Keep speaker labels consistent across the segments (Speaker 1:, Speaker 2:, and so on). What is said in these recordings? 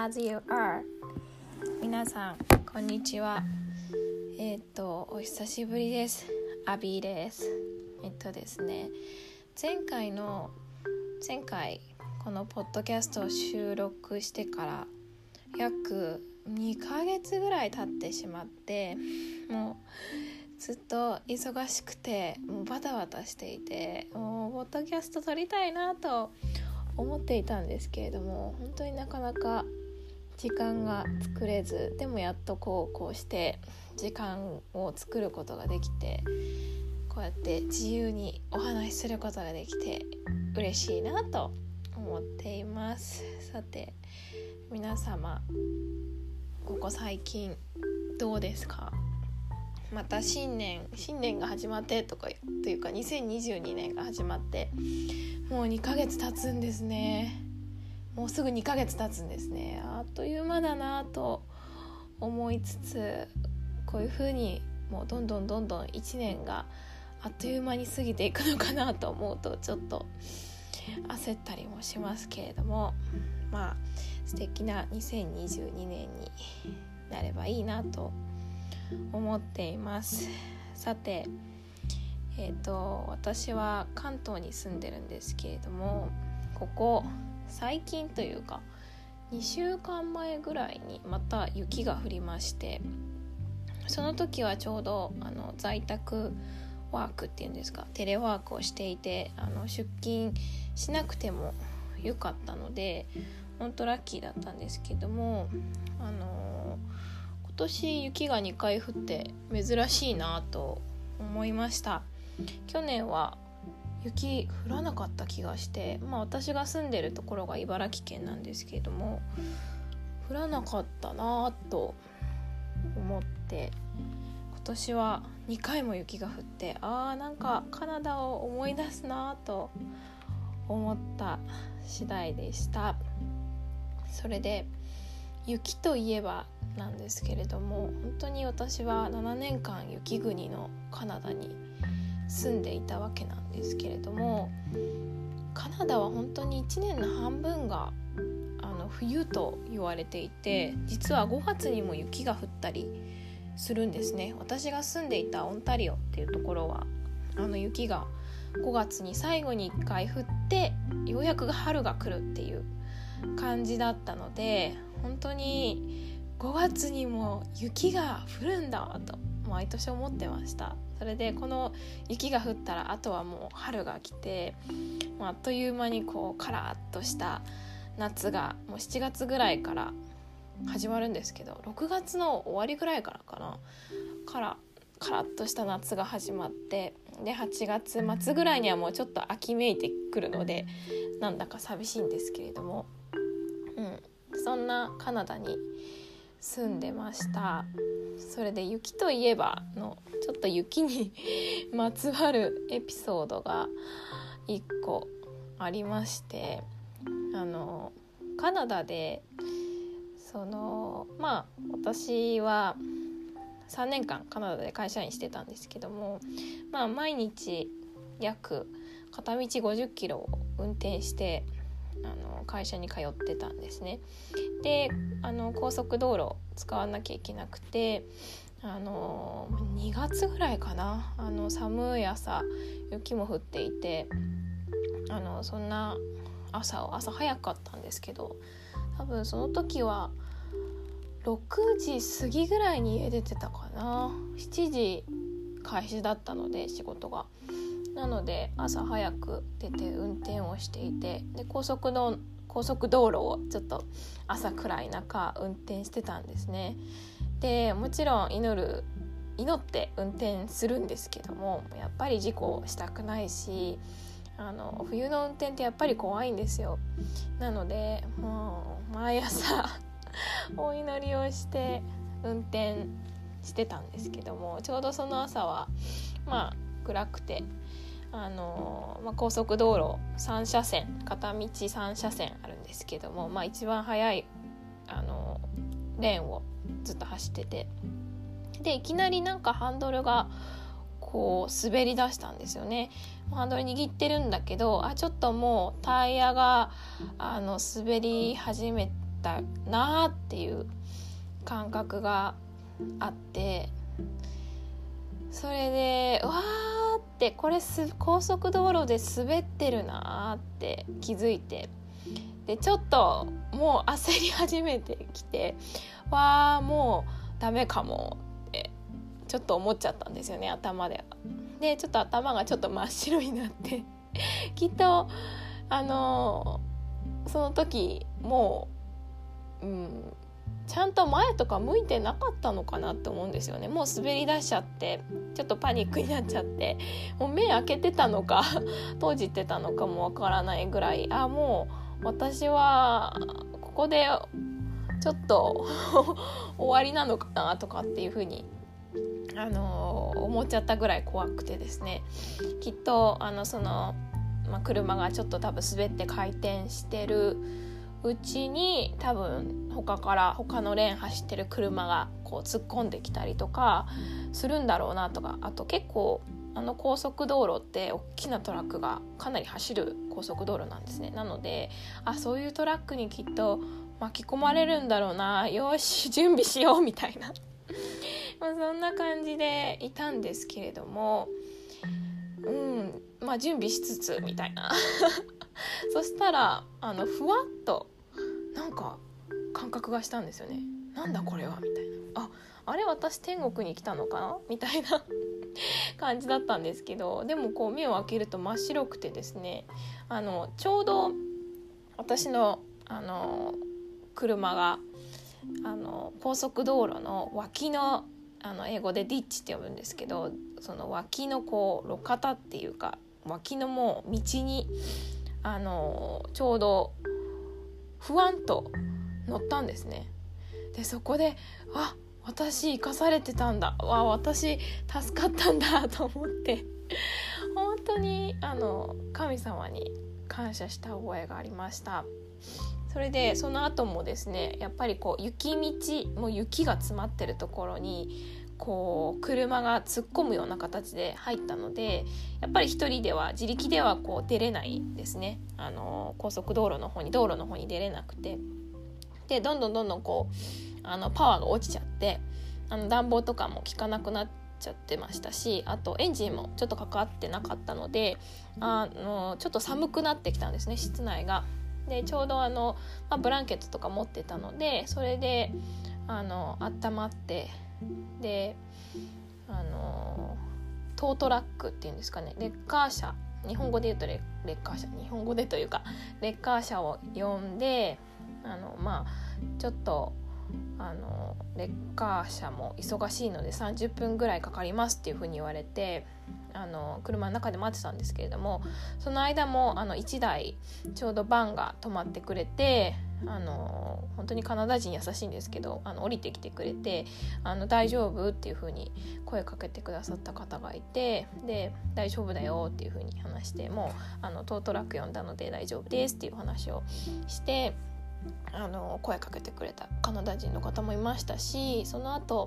Speaker 1: as you are。 皆さんこんにちは。お久しぶりです。アビーです。ですね、前回このポッドキャストを収録してから約2ヶ月ぐらい経ってしまって、もうずっと忙しくてもうバタバタしていて、もうポッドキャスト撮りたいなと思っていたんですけれども、本当になかなか時間が作れず、でもやっとこうして時間を作ることができて、こうやって自由にお話しすることができて嬉しいなと思っています。さて皆様、ここ最近どうですか？また新年が始まってというか2022年が始まってもう2ヶ月経つんですね。もうすぐ2ヶ月経つんですね。あっという間だなと思いつつ、こういう風にもうどんどん1年があっという間に過ぎていくのかなと思うとちょっと焦ったりもしますけれども、まあ素敵な2022年になればいいなと思っています。さて、私は関東に住んでるんですけれども、ここ最近というか2週間前ぐらいにまた雪が降りまして、その時はちょうど在宅ワークっていうんですか、テレワークをしていて、出勤しなくてもよかったので本当ラッキーだったんですけども、今年雪が2回降って珍しいなと思いました。去年は雪降らなかった気がして、私が住んでるところが茨城県なんですけれども、降らなかったなと思って、今年は2回も雪が降って、なんかカナダを思い出すなと思った次第でした。それで雪といえばなんですけれども、本当に私は7年間雪国のカナダに住んでいたわけなんですけれども、カナダは本当に1年の半分が冬と言われていて、実は5月にも雪が降ったりするんですね。私が住んでいたオンタリオっていうところは雪が5月に最後に1回降ってようやく春が来るっていう感じだったので、本当に5月にも雪が降るんだと毎年思ってました。それでこの雪が降ったらあとはもう春が来て、あっという間にカラッとした夏がもう7月ぐらいから始まるんですけど、6月の終わりぐらいからかな、カラッとした夏が始まって、で8月末ぐらいにはもうちょっと秋めいてくるのでなんだか寂しいんですけれども、そんなカナダに住んでました。それで雪といえばのちょっと雪にまつわるエピソードが1個ありまして、カナダで私は3年間カナダで会社員してたんですけども、毎日約片道50キロを運転して会社に通ってたんですね。で高速道路を使わなきゃいけなくて、2月ぐらいかな、寒い朝雪も降っていて、そんな朝早かったんですけど、多分その時は6時過ぎぐらいに家出てたかな。7時開始だったので仕事が、なので朝早く出て運転をしていて、で高速道路をちょっと朝暗い中運転してたんですね。でもちろん祈って運転するんですけども、やっぱり事故したくないし、冬の運転ってやっぱり怖いんですよ。なのでもう毎朝お祈りをして運転してたんですけども、ちょうどその朝は暗くて、高速道路3車線片道3車線あるんですけども、一番速いレーンをずっと走ってて、でいきなりなんかハンドルが滑り出したんですよね。ハンドル握ってるんだけど、ちょっともうタイヤが滑り始めったなっていう感覚があって、それでわーってこれ高速道路で滑ってるなって気づいて、でちょっともう焦り始めてきて、わーもうダメかもってちょっと思っちゃったんですよね、頭では。でちょっと頭がちょっと真っ白になってきっとその時もう、ちゃんと前とか向いてなかったのかなって思うんですよね。もう滑り出しちゃってちょっとパニックになっちゃって、もう目開けてたのか閉じてたのかもわからないぐらい、もう私はここでちょっと終わりなのかなとかっていう風に思っちゃったぐらい怖くてですね、きっと車がちょっと多分滑って回転してるうちに多分他のレーン走ってる車がこう突っ込んできたりとかするんだろうなとか、あと結構高速道路って大きなトラックがかなり走る高速道路なんですね。なのでそういうトラックにきっと巻き込まれるんだろうな、よし準備しようみたいなそんな感じでいたんですけれども、準備しつつみたいなそしたらふわっとなんか感覚がしたんですよね。なんだこれはみたいな、あれ私天国に来たのかなみたいな感じだったんですけど、でもこう目を開けると真っ白くてですね、ちょうど私の車が高速道路の脇の英語でディッチって呼ぶんですけど、その脇のこう路肩っていうか脇のもう道にちょうどふわんと乗ったんですね。でそこで私生かされてたんだ、私助かったんだと思って本当に神様に感謝した覚えがありました。それでその後もですね、やっぱりこう雪道、もう雪が詰まってるところにこう車が突っ込むような形で入ったので、やっぱり一人では自力ではこう出れないんですね。高速道路の方に出れなくて、でどんどんこうパワーが落ちちゃって、暖房とかも効かなくなっちゃってましたし、あとエンジンもちょっとかかってなかったのでちょっと寒くなってきたんですね、室内が。でちょうどブランケットとか持ってたので、それで温まって、でトートラックっていうんですかね、レッカー車、日本語で言うとレッカー車、日本語でというかレッカー車を呼んで、ちょっとレッカー車も忙しいので30分ぐらいかかりますっていう風に言われて、車の中で待ってたんですけれども、その間も1台ちょうどバンが止まってくれて、本当にカナダ人優しいんですけど降りてきてくれて、大丈夫っていう風に声かけてくださった方がいて、で大丈夫だよっていう風に話して、もうトートラック呼んだので大丈夫ですっていう話をして声かけてくれたカナダ人の方もいましたし、その後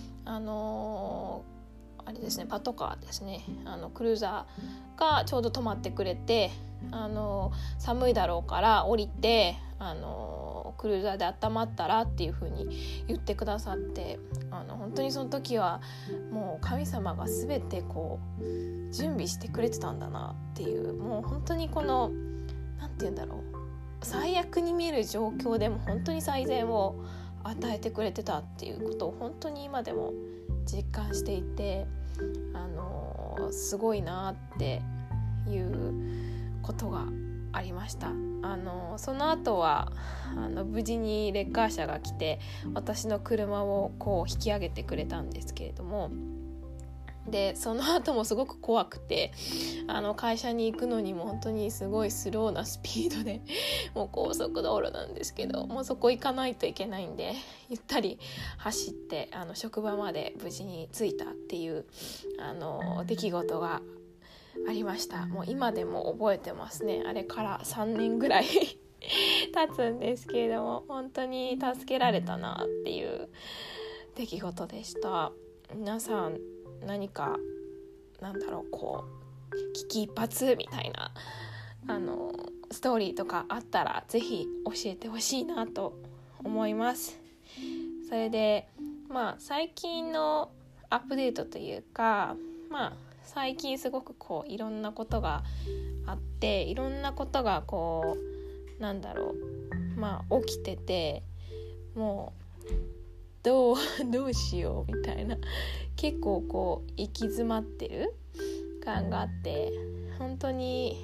Speaker 1: あれですね、パトカーですね、クルーザーがちょうど止まってくれて、寒いだろうから降りてクルーザーで温まったらっていう風に言ってくださって、本当にその時はもう神様が全てこう準備してくれてたんだなっていう、もう本当にこのなんて言うんだろう、最悪に見える状況でも本当に最善を与えてくれてたっていうことを本当に今でも実感していて、すごいなっていうことがありました。その後は無事にレッカー車が来て私の車をこう引き上げてくれたんですけれども、でその後もすごく怖くて会社に行くのにも本当にすごいスローなスピードでもう高速道路なんですけど、もうそこ行かないといけないんでゆったり走って職場まで無事に着いたっていう出来事がありました。もう今でも覚えてますね。あれから3年ぐらい経つんですけれども、本当に助けられたなっていう出来事でした。皆さん何かこう危機一髪みたいなストーリーとかあったらぜひ教えてほしいなと思います。それで最近のアップデートというか、最近すごくいろんなことがあって、いろんなことが起きてて、もうどうしようみたいな、結構行き詰まってる感があって、本当に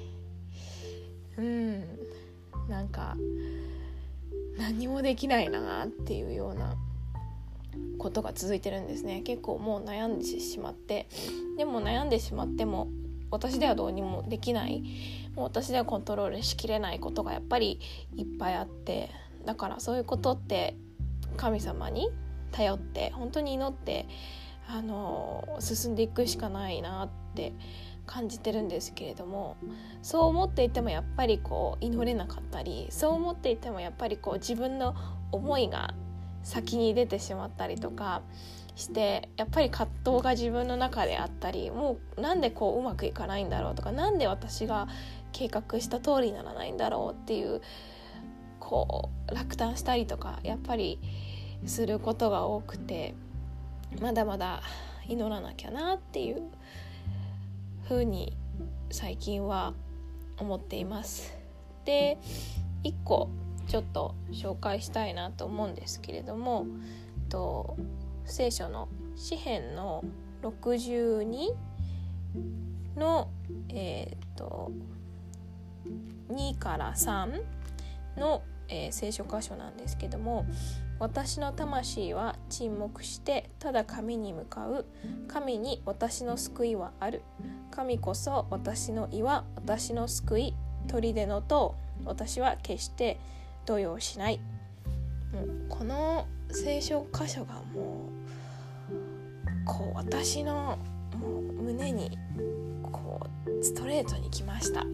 Speaker 1: 何もできないなっていうようなことが続いてるんですね。結構もう悩んでしまって、でも悩んでしまっても私ではどうにもできない、もう私ではコントロールしきれないことがやっぱりいっぱいあって、だからそういうことって神様に頼って本当に祈って進んでいくしかないなって感じてるんですけれども、そう思っていてもやっぱり祈れなかったり、そう思っていてもやっぱり自分の思いが先に出てしまったりとかして、やっぱり葛藤が自分の中であったり、もうなんでうまくいかないんだろうとか、なんで私が計画した通りにならないんだろうっていう落胆したりとかやっぱりすることが多くて、まだまだ祈らなきゃなっていうふうに最近は思っています。で、一個ちょっと紹介したいなと思うんですけれども、聖書の詩編の62の、2から3の、聖書箇所なんですけども、私の魂は沈黙してただ神に向かう。神に私の救いはある。神こそ私の岩、私の救い、砦の塔。私は決して動揺しない。もうこの聖書箇所がもう私のもう胸にストレートにきました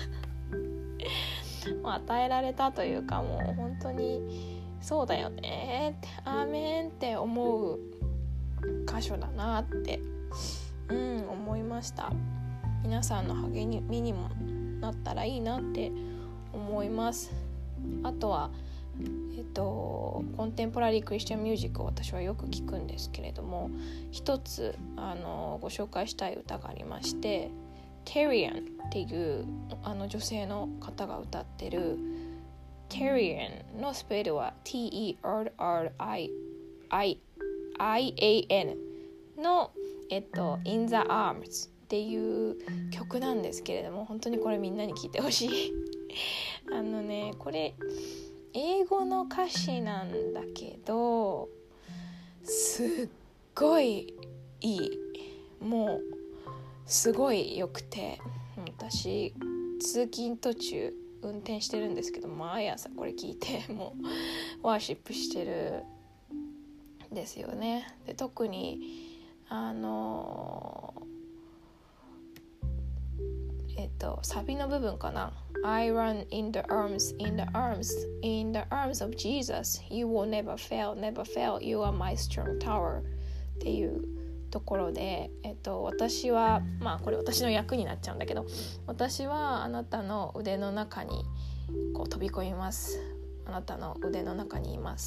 Speaker 1: 与えられたというか、もう本当にそうだよねってアーメンって思う箇所だなって思いました。皆さんの励みにもなったらいいなって思います。あとはコンテンポラリークリスチャンミュージックを私はよく聞くんですけれども、一つご紹介したい歌がありまして、テリアンっていう女性の方が歌ってるテリアンのスペルは TERRIAN のIn the Arms っていう曲なんですけれども、本当にこれみんなに聴いてほしいこれ英語の歌詞なんだけどすっごいいい、もうすごい良くて、私通勤途中運転してるんですけど、毎朝これ聞いてもうワーシップしてるんですよね。で、特にサビの部分かな、 I run in the arms of Jesus, you will never fail, you are my strong tower っていうところで、私はこれ私の役になっちゃうんだけど、私はあなたの腕の中に飛び込みます、あなたの腕の中にいます、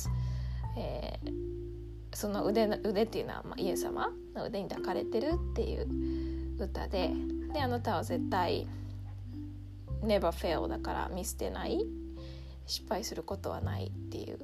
Speaker 1: その腕っていうのは、イエス様の腕に抱かれてるっていう歌で、あなたは絶対 never fail だから見捨てない、失敗することはないっていう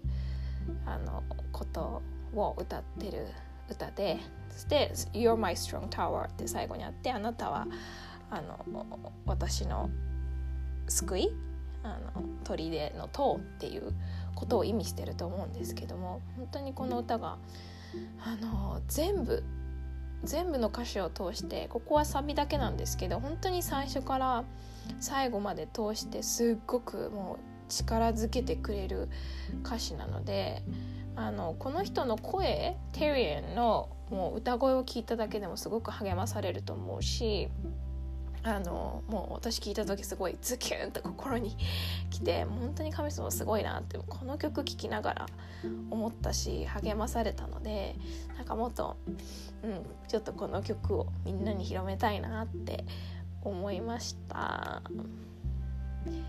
Speaker 1: ことを歌ってる歌で、そして You're my strong tower って最後にあって、あなたは私の救い、砦の塔っていうことを意味してると思うんですけども、本当にこの歌が全部の歌詞を通して、ここはサビだけなんですけど、本当に最初から最後まで通してすっごくもう力づけてくれる歌詞なので、この人の声、テリアンのもう歌声を聞いただけでもすごく励まされると思うし、もう私聞いた時すごいズキュンと心に来て、本当に神様すごいなってこの曲聴きながら思ったし、励まされたので、なんかもっと、ちょっとこの曲をみんなに広めたいなって思いました。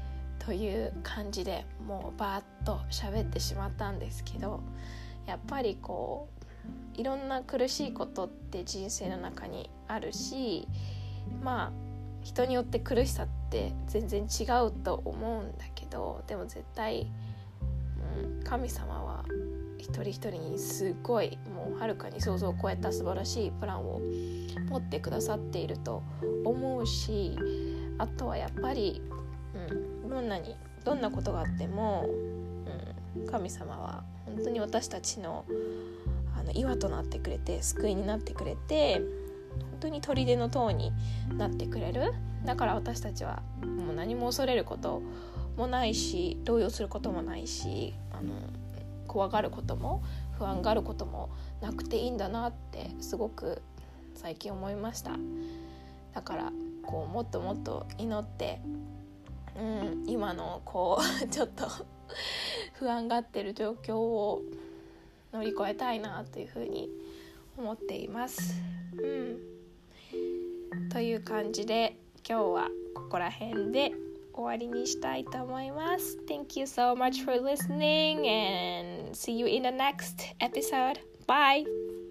Speaker 1: という感じでもうバーッと喋ってしまったんですけど、やっぱりこういろんな苦しいことって人生の中にあるし、まあ人によって苦しさって全然違うと思うんだけど、でも絶対、神様は一人一人にすごいもうはるかに想像を超えた素晴らしいプランを持ってくださっていると思うし、あとはやっぱり、どんなことがあっても、神様は本当に私たちの岩となってくれて、救いになってくれて、本当に砦の塔になってくれる。だから私たちはもう何も恐れることもないし、動揺することもないし、怖がることも不安があることもなくていいんだなってすごく最近思いました。だからこうもっともっと祈って、今のこうちょっと不安がってる状況を乗り越えたいなというふうに思っています。という感じで今日はここら辺で終わりにしたいと思います。Thank you so much for listening and see you in the next episode. Bye!